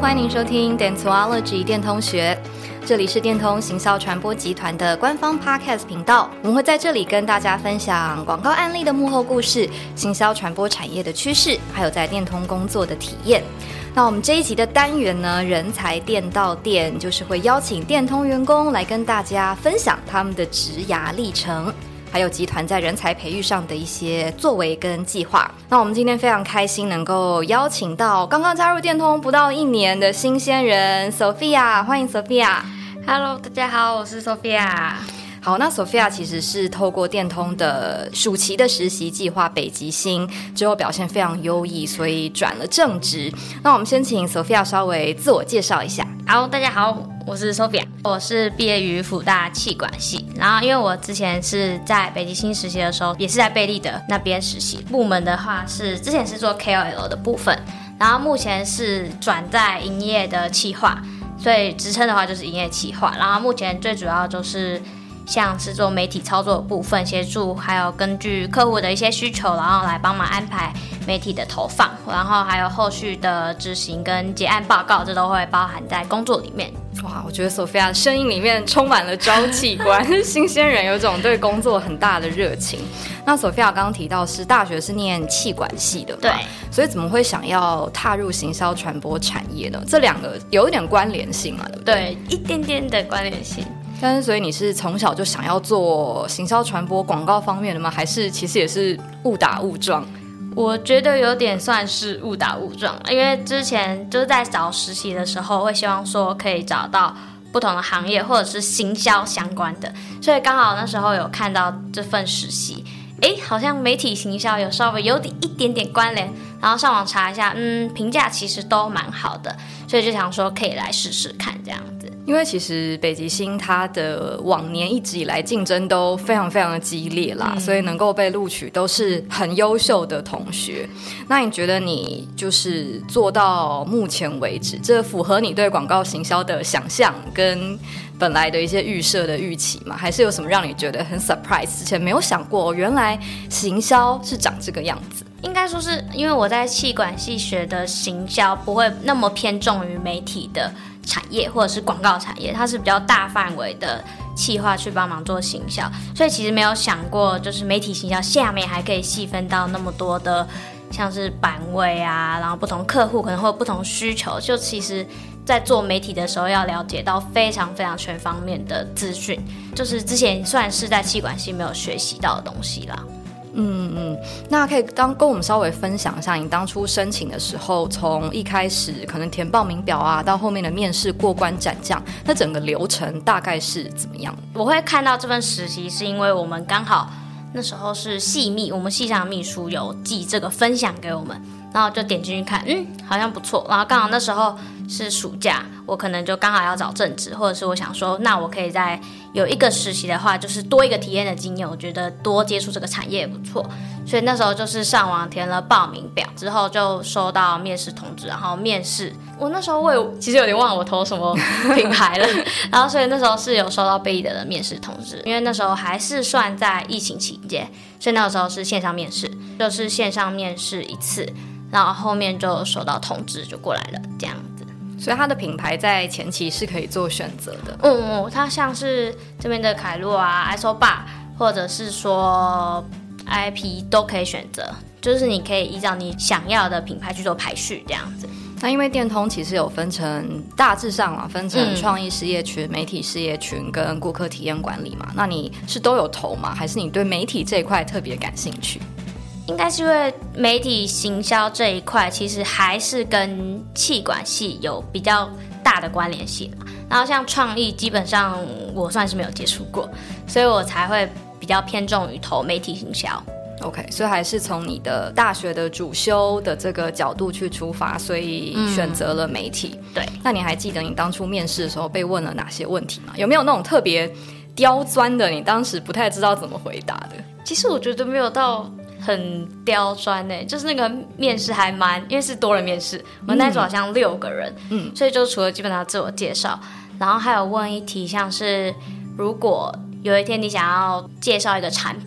欢迎您收听 Dentology 电通学，这里是电通行销传播集团的官方 Podcast 频道，我们会在这里跟大家分享广告案例的幕后故事、行销传播产业的趋势，还有在电通工作的体验。那我们这一集的单元呢，人才电到店，就是会邀请电通员工来跟大家分享他们的职涯历程，还有集团在人才培育上的一些作为跟计划。那我们今天非常开心能够邀请到刚刚加入电通不到1年的新鲜人 Sophia， 欢迎 Sophia。Hello， 大家好，我是 Sophia。 好，那 Sophia 其实是透过电通的暑期的实习计划北极星之后表现非常优异，所以转了正职。那我们先请 Sophia 稍微自我介绍一下。 好，大家好，我是 Sophia， 我是毕业于辅大企管系，然后因为我之前是在北极星实习的时候，也是在贝利的那边实习，部门的话是之前是做 KOL 的部分，然后目前是转在营业的企划，所以职称的话就是营业企划，然后目前最主要就是像是做媒体操作的部分，协助还有根据客户的一些需求，然后来帮忙安排媒体的投放，然后还有后续的执行跟结案报告，这都会包含在工作里面。 哇，我觉得 Sophia 声音里面充满了朝气观新鲜人有种对工作很大的热情。那 Sophia 刚刚提到是大学是念企管系的嘛， 对， 所以怎么会想要踏入行销传播产业呢？这两个有一点关联性嘛，对不对？ 对，一点点的关联性。 但是所以你是从小就想要做行销传播广告方面的吗？还是其实也是误打误撞？ 我觉得有点算是误打误撞，因为之前就是在找实习的时候会希望说可以找到不同的行业或者是行销相关的，所以刚好那时候有看到这份实习，好像媒体行销有稍微有一点点关联，然后上网查一下，评价其实都蛮好的，所以就想说可以来试试看这样子。 因为其实北极星它的往年一直以来竞争都非常非常的激烈啦，所以能够被录取都是很优秀的同学。那你觉得你就是做到目前为止，这符合你对广告行销的想象跟本来的一些预设的预期吗？还是有什么让你觉得很 surprise， 之前没有想过原来行销是长这个样子？ 应该说是因为我在企管系学的行销不会那么偏重于媒体的产业或者是广告产业，它是比较大范围的企划去帮忙做行销，所以其实没有想过就是媒体行销下面还可以细分到那么多的像是版位啊，然后不同客户可能会有不同需求，就其实在做媒体的时候要了解到非常非常全方面的资讯，就是之前算是在企管系没有学习到的东西啦。 那可以跟我们稍微分享一下你当初申请的时候，从一开始可能填报名表啊，到后面的面试过关斩将，那整个流程大概是怎么样？ 我会看到这份实习是因为我们刚好那时候是系秘，我们系上的秘书有寄这个分享给我们，然后就点进去看，好像不错，然后刚好那时候是暑假，我可能就刚好要找正职，或者是我想说那我可以在有一个实习的话就是多一个体验的经验，我觉得多接触这个产业也不错，所以那时候就是上网填了报名表之后就收到面试通知，然后面试我那时候其实有点忘了我投什么品牌了然后所以那时候是有收到贝利的面试通知，因为那时候还是算在疫情期间，所以那个时候是线上面试，就是线上面试一次，然后后面就收到通知就过来了这样子。 所以它的品牌在前期是可以做选择的。 它像是这边的凯洛啊、ISOBAR 或者是说 IP 都可以选择，就是你可以依照你想要的品牌去做排序这样子。 那因为电通其实有分成大致上分成创意事业群、媒体事业群跟顾客体验管理嘛，那你是都有投吗？还是你对媒体这一块特别感兴趣？ 应该是因为媒体行销这一块其实还是跟企管系有比较大的关联性嘛，然后像创意基本上我算是没有接触过，所以我才会比较偏重于投媒体行销。 OK， 所以还是从你的大学的主修的这个角度去出发，所以选择了媒体。 对， 那你还记得你当初面试的时候被问了哪些问题吗？有没有那种特别刁钻的，你当时不太知道怎么回答的？ 其实我觉得没有到很刁钻就是那个面试还蛮，因为是多人面试，我们那组好像6个人，所以就除了基本上自我介绍，然后还有问一题像是如果有一天你想要介绍一个产品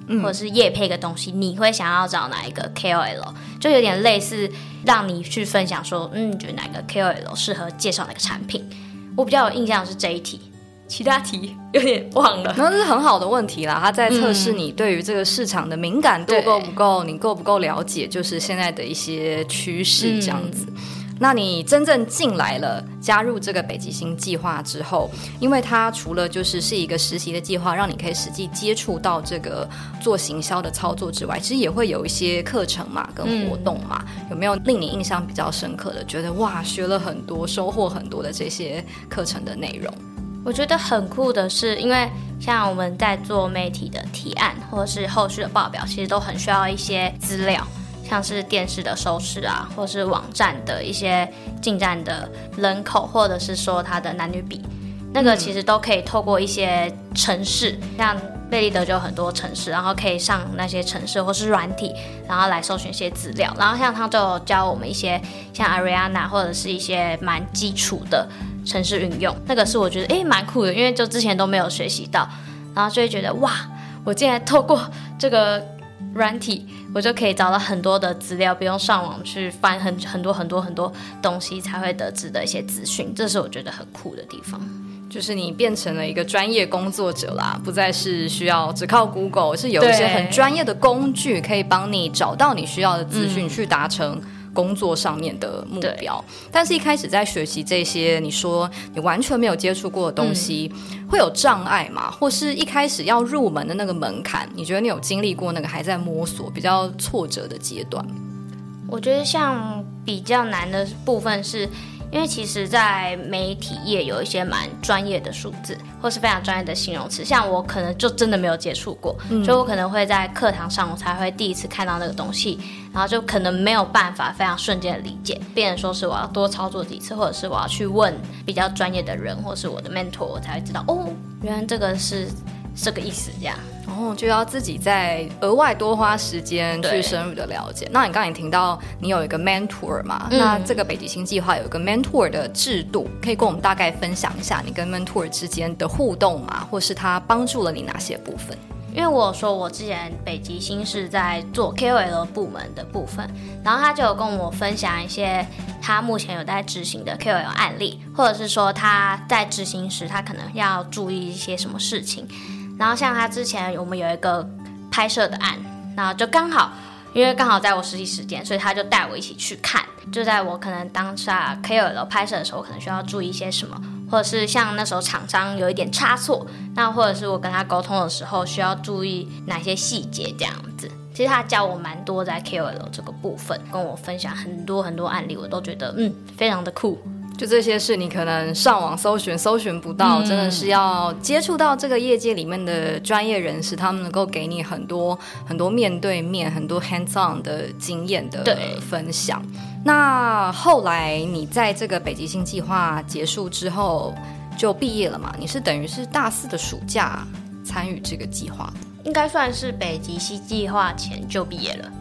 或者是业配一个东西，你会想要找哪一个 KOL？ 就有点类似让你去分享说，你觉得哪个 KOL 适合介绍哪个产品。我比较有印象的是这一题，其他题有点忘了。 那是很好的问题啦，他在测试你对于这个市场的敏感度够不够，你够不够了解就是现在的一些趋势这样子。那你真正进来了，加入这个北极星计划之后，因为它除了是一个实习的计划，让你可以实际接触到这个做行销的操作之外，其实也会有一些课程嘛跟活动嘛，有没有令你印象比较深刻的，觉得哇学了很多收获很多的这些课程的内容？ 我觉得很酷的是，因为像我们在做媒体的提案或者是后续的报表，其实都很需要一些资料，像是电视的收视啊，或是网站的一些进站的人口，或者是说它的男女比，那个其实都可以透过一些程式，像贝利德就有很多程式，然后可以上那些程式或是软体，然后来搜寻一些资料。然后像他就有教我们一些像 Ariana 或者是一些蛮基础的程式运用，那个是我觉得蛮酷的，因为就之前都没有学习到，然后就会觉得哇，我竟然透过这个软体我就可以找到很多的资料，不用上网去翻很多东西才会得知的一些资讯，这是我觉得很酷的地方。 就是你变成了一个专业工作者啦，不再是需要只靠 Google， 是有一些很专业的工具可以帮你找到你需要的资讯，去达成工作上面的目标。但是一开始在学习这些你说你完全没有接触过的东西，会有障碍吗？或是一开始要入门的那个门槛，你觉得你有经历过那个还在摸索比较挫折的阶段？ 我觉得像比较难的部分是因为其实在媒体业有一些蛮专业的数字或是非常专业的形容词，像我可能就真的没有接触过，所以我可能会在课堂上我才会第一次看到那个东西，然后就可能没有办法非常瞬间的理解，变成说是我要多操作几次，或者是我要去问比较专业的人或是我的 mentor， 我才会知道原来这个是这个意思这样。 就要自己再额外多花时间去深入的了解。那你刚才提到你有一个 mentor 嘛，那这个北极星计划有一个 mentor 的制度，可以跟我们大概分享一下你跟 mentor 之间的互动吗？或是他帮助了你哪些部分？ 因为我说我之前北极星是在做 KOL 部门的部分，然后他就有跟我分享一些他目前有在执行的 KOL 案例，或者是说他在执行时他可能要注意一些什么事情。然后像他之前我们有一个拍摄的案，然后就刚好因为刚好在我实习时间，所以他就带我一起去看，就在我可能当下 KOL 拍摄的时候可能需要注意一些什么，或者是像那时候厂商有一点差错，那或者是我跟他沟通的时候需要注意哪些细节这样子。其实他教我蛮多在 KOL 这个部分，跟我分享很多案例，我都觉得非常的酷。 就这些事你可能上网搜寻不到，真的是要接触到这个业界里面的专业人士，他们能够给你很多面对面很多 hands on 的经验的分享。那后来你在这个北极星计划结束之后就毕业了嘛？你是等于是大4的暑假参与这个计划？ 应该算是北极星计划前就毕业了。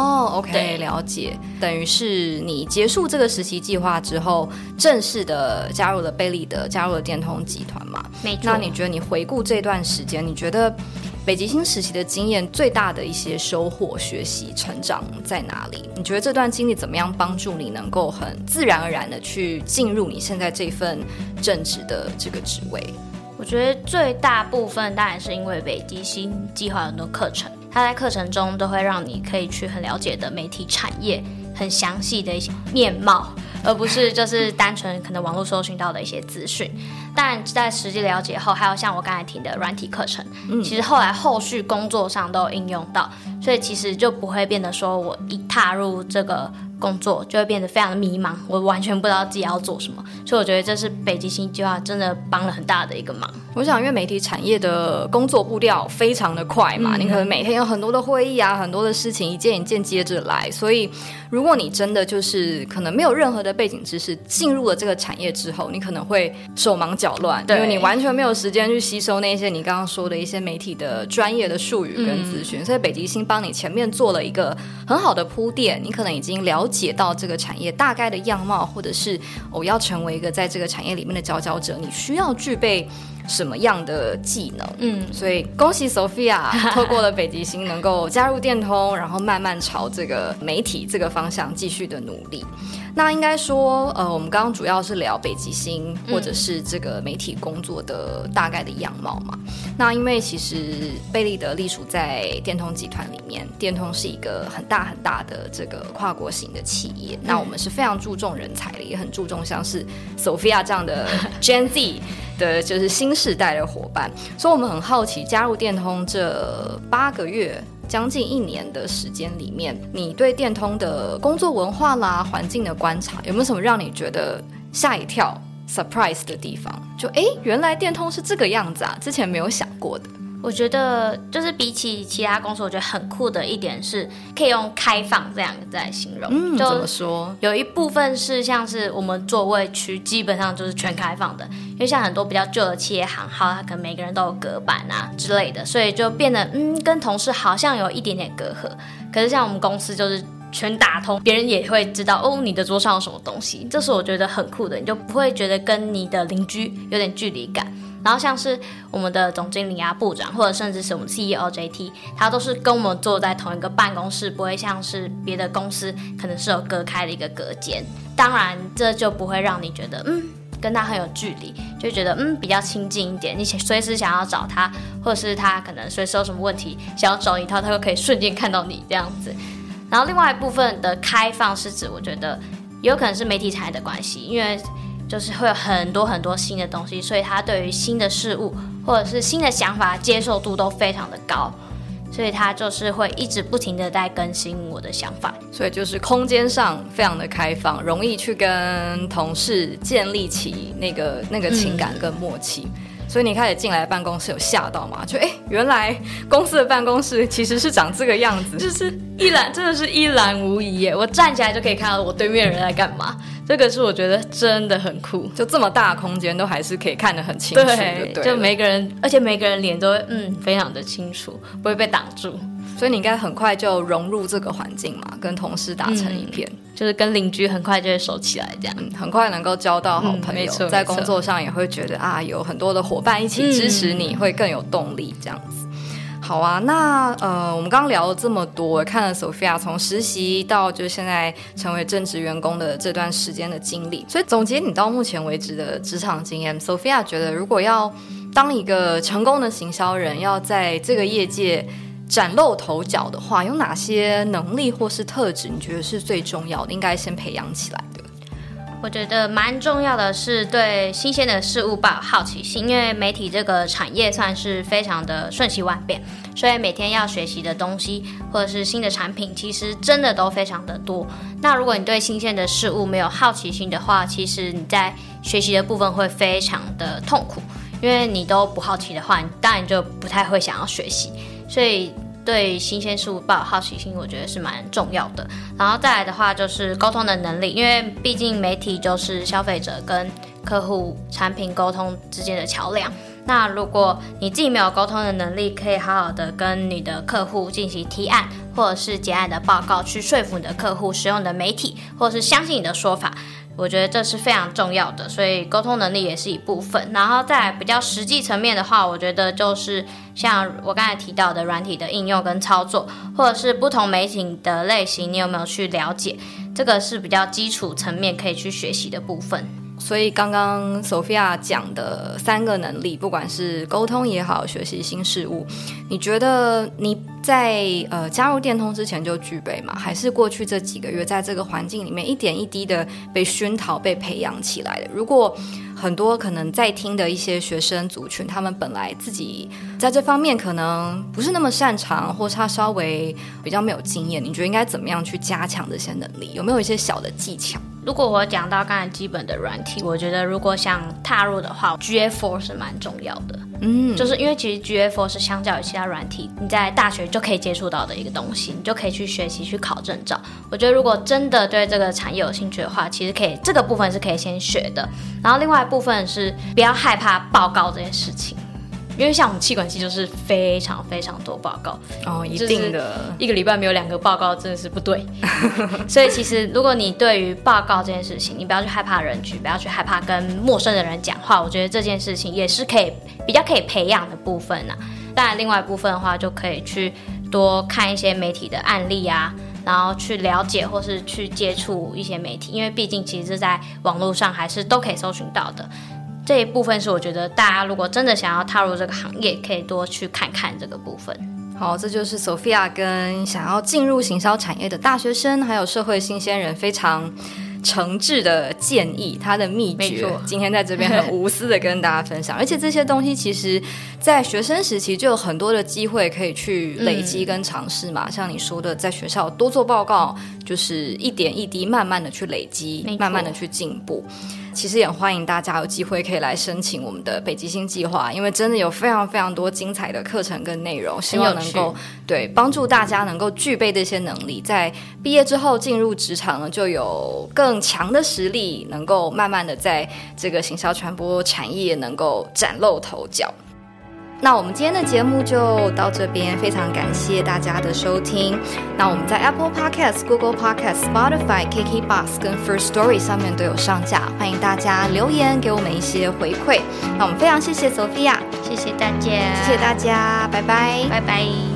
OK， 了解。等于是你结束这个实习计划之后，正式的加入了贝利德，加入了电通集团嘛？ 没错。 那你觉得你回顾这段时间，你觉得北极星实习的经验最大的一些收获、学习、成长在哪里？你觉得这段经历怎么样帮助你能够很自然而然的去进入你现在这份正职的这个职位？ 我觉得最大部分当然是因为北极星计划有很多课程，它在课程中都会让你可以去很了解的媒体产业很详细的一些面貌，而不是就是单纯可能网络搜寻到的一些资讯。但在实际了解后，还有像我刚才提的软体课程，其实后续工作上都有应用到，所以其实就不会变得说我一踏入这个工作就会变得非常的迷茫，我完全不知道自己要做什么。所以我觉得这是北极星计划真的帮了很大的一个忙。 我想因为媒体产业的工作步调非常的快嘛，你可能每天有很多的会议啊，很多的事情一件一件接着来，所以如果你真的就是可能没有任何的背景知识，进入了这个产业之后，你可能会手忙脚乱，因为你完全没有时间去吸收那些你刚刚说的一些媒体的专业的术语跟资讯，所以北极星帮你前面做了一个很好的铺垫，你可能已经了解到这个产业大概的样貌，或者是要成为一个在这个产业里面的佼佼者，你需要具备什么样的技能。所以恭喜 Sophia 透过了北极星能够加入电通，然后慢慢朝这个媒体这个方向继续的努力。那应该说我们刚刚主要是聊北极星或者是这个媒体工作的大概的样貌嘛。那因为其实贝利德隶属在电通集团里面，电通是一个很大很大的这个跨国型的企业，那我们是非常注重人才的，也很注重像是 Sophia 这样的 Gen Z 的就是新世代的伙伴。所以我们很好奇，加入电通这8个月将近1年的时间里面，你对电通的工作文化啦、环境的观察，有没有什么让你觉得吓一跳 surprise 的地方？就原来电通是这个样子啊，之前没有想过的。 我觉得就是比起其他公司，我觉得很酷的一点是可以用开放这两个字来形容。 怎么说？ 有一部分是像是我们座位区基本上就是全开放的，因为像很多比较旧的企业行号，它可能每个人都有隔板啊之类的，所以就变得跟同事好像有一点点隔阂。可是像我们公司就是全打通，别人也会知道你的桌上有什么东西，这是我觉得很酷的，你就不会觉得跟你的邻居有点距离感。然后像是我们的总经理啊、部长，或者甚至是我们 CEO JT， 他都是跟我们坐在同一个办公室，不会像是别的公司可能是有隔开的一个隔间。当然，这就不会让你觉得跟他很有距离，就觉得比较亲近一点。你随时想要找他，或者是他可能随时有什么问题想要找你，他就可以瞬间看到你这样子。然后另外一部分的开放是指，我觉得也有可能是媒体产业的关系，因为就是会有很多很多新的东西，所以他对于新的事物或者是新的想法接受度都非常的高，所以他就是会一直不停的在更新我的想法， 所以就是空间上非常的开放，容易去跟同事建立起那个情感跟默契。所以你开始进来办公室有吓到吗？就原来公司的办公室其实是长这个样子， 就是真的是一览无遗耶！我站起来就可以看到我对面的人在干嘛，这个是我觉得真的很酷。 就这么大的空间都还是可以看得很清楚，对， 就每个人，而且每个人脸都会非常的清楚，不会被挡住。 所以你应该很快就融入这个环境嘛，跟同事打成一片， 就是跟邻居很快就会熟起来这样， 很快能够交到好朋友，在工作上也会觉得有很多的伙伴一起支持你，会更有动力这样子。好啊，那我们刚刚聊了这么多，看了 Sophia 从实习到就现在成为正职员工的这段时间的经历，所以总结你到目前为止的职场经验， Sophia 觉得如果要当一个成功的行销人，要在这个业界崭露头角的话，有哪些能力或是特质你觉得是最重要的，应该先培养起来的？ 我觉得蛮重要的是对新鲜的事物抱有好奇心，因为媒体这个产业算是非常的瞬息万变，所以每天要学习的东西或者是新的产品其实真的都非常的多。那如果你对新鲜的事物没有好奇心的话，其实你在学习的部分会非常的痛苦，因为你都不好奇的话，你当然就不太会想要学习。所以对新鲜事物抱有好奇心，我觉得是蛮重要的。然后再来的话就是沟通的能力，因为毕竟媒体就是消费者跟客户产品沟通之间的桥梁。那如果你自己没有沟通的能力，可以好好的跟你的客户进行提案或者是结案的报告，去说服你的客户使用你的媒体，或者是相信你的说法，我觉得这是非常重要的，所以沟通能力也是一部分。然后再来比较实际层面的话，我觉得就是像我刚才提到的软体的应用跟操作，或者是不同媒体的类型，你有没有去了解，这个是比较基础层面可以去学习的部分。 所以刚刚 Sophia 讲的3个能力，不管是沟通也好，学习新事物，你觉得你在加入电通之前就具备吗？还是过去这几个月在这个环境里面一点一滴的被熏陶、被培养起来的？如果很多可能在听的一些学生族群，他们本来自己在这方面可能不是那么擅长，或是他稍微比较没有经验，你觉得应该怎么样去加强这些能力？有没有一些小的技巧？ 如果我讲到刚才基本的软体，我觉得如果想踏入的话 GA4 是蛮重要的。就是因为其实 GA4 是相较于其他软体你在大学就可以接触到的一个东西，你就可以去学习去考证照。我觉得如果真的对这个产业有兴趣的话，其实可以这个部分是可以先学的。然后另外一部分是不要害怕报告这件事情， 因为像我们企管系就是非常非常多报告哦，一定的， 一个礼拜没有2个报告真的是不对。所以其实如果你对于报告这件事情，你不要去害怕人局，不要去害怕跟陌生的人讲话，我觉得这件事情也是比较可以培养的部分啊。当然另外一部分的话，就可以去多看一些媒体的案例啊，然后去了解或是去接触一些媒体，因为毕竟其实在网络上还是都可以搜寻到的。这一部分是我觉得大家如果真的想要踏入这个行业，可以多去看看这个部分。 好，这就是 Sophia 跟想要进入行销产业的大学生还有社会新鲜人非常诚挚的建议，他的秘诀今天在这边很无私的跟大家分享。而且这些东西其实在学生时期就有很多的机会可以去累积跟尝试嘛，像你说的在学校多做报告，就是一点一滴慢慢的去累积，慢慢的去进步。其实也欢迎大家有机会可以来申请我们的北极星计划，因为真的有非常非常多精彩的课程跟内容，希望能够对帮助大家能够具备这些能力，在毕业之后进入职场呢，就有更强的实力，能够慢慢的在这个行销传播产业能够崭露头角。那我们今天的节目就到这边，非常感谢大家的收听。那我们在 Apple Podcast、Google Podcast、Spotify、KKBox 跟 First Story 上面都有上架，欢迎大家留言给我们一些回馈。那我们非常谢谢 Sophia， 谢谢大家， 谢谢大家，拜拜， 拜拜。